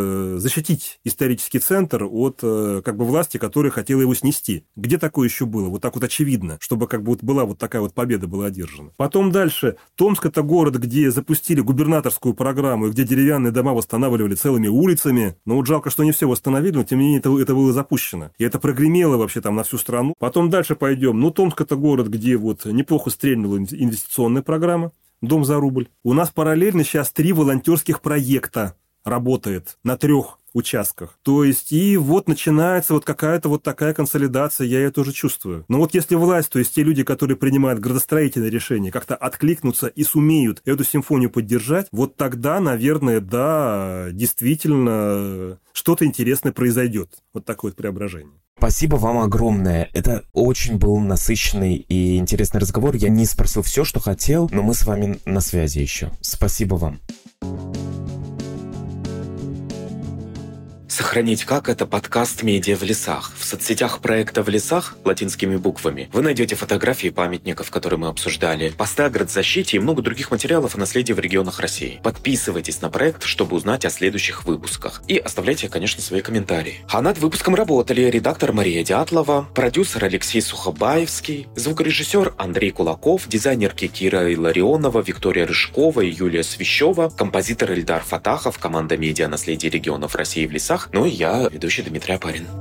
Speaker 2: защитить исторический центр от как бы власти, которая хотела его снести. Где такое еще было? Вот так вот очевидно, чтобы как бы вот была вот такая вот победа была одержана. Потом дальше. Томск – это город, где запустили губернаторскую программу, и где деревянные дома восстанавливали целыми улицами. Но вот жалко, что не все восстановили. Но, тем не менее, это, это было запущено. И это прогремело вообще там на всю страну. Потом дальше пойдем. Ну, Томск – это город, где вот неплохо стрельнула инвестиционная программа «Дом за рубль». У нас параллельно сейчас три волонтерских проекта работает на трех участках. То есть, и вот начинается вот какая-то вот такая консолидация, я ее тоже чувствую. Но вот если власть, то есть те люди, которые принимают градостроительные решения, как-то откликнутся и сумеют эту симфонию поддержать, вот тогда, наверное, да, действительно что-то интересное произойдет. Вот такое вот преображение.
Speaker 3: Спасибо вам огромное. Это очень был насыщенный и интересный разговор. Я не спросил все, что хотел, но мы с вами на связи еще. Спасибо вам.
Speaker 1: «Сохранить как» — это подкаст «Медиа в лесах». В соцсетях проекта «В лесах» латинскими буквами вы найдете фотографии памятников, которые мы обсуждали, посты о градзащите и много других материалов о наследии в регионах России. Подписывайтесь на проект, чтобы узнать о следующих выпусках. И оставляйте, конечно, свои комментарии. А над выпуском работали редактор Мария Дятлова, продюсер Алексей Сухобаевский, звукорежиссер Андрей Кулаков, дизайнерки Кира Илларионова, Виктория Рыжкова и Юлия Свящева, композитор Эльдар Фатахов, команда «Медиа. Наследие регионов России в лесах», ну и я, ведущий Дмитрий Апарин.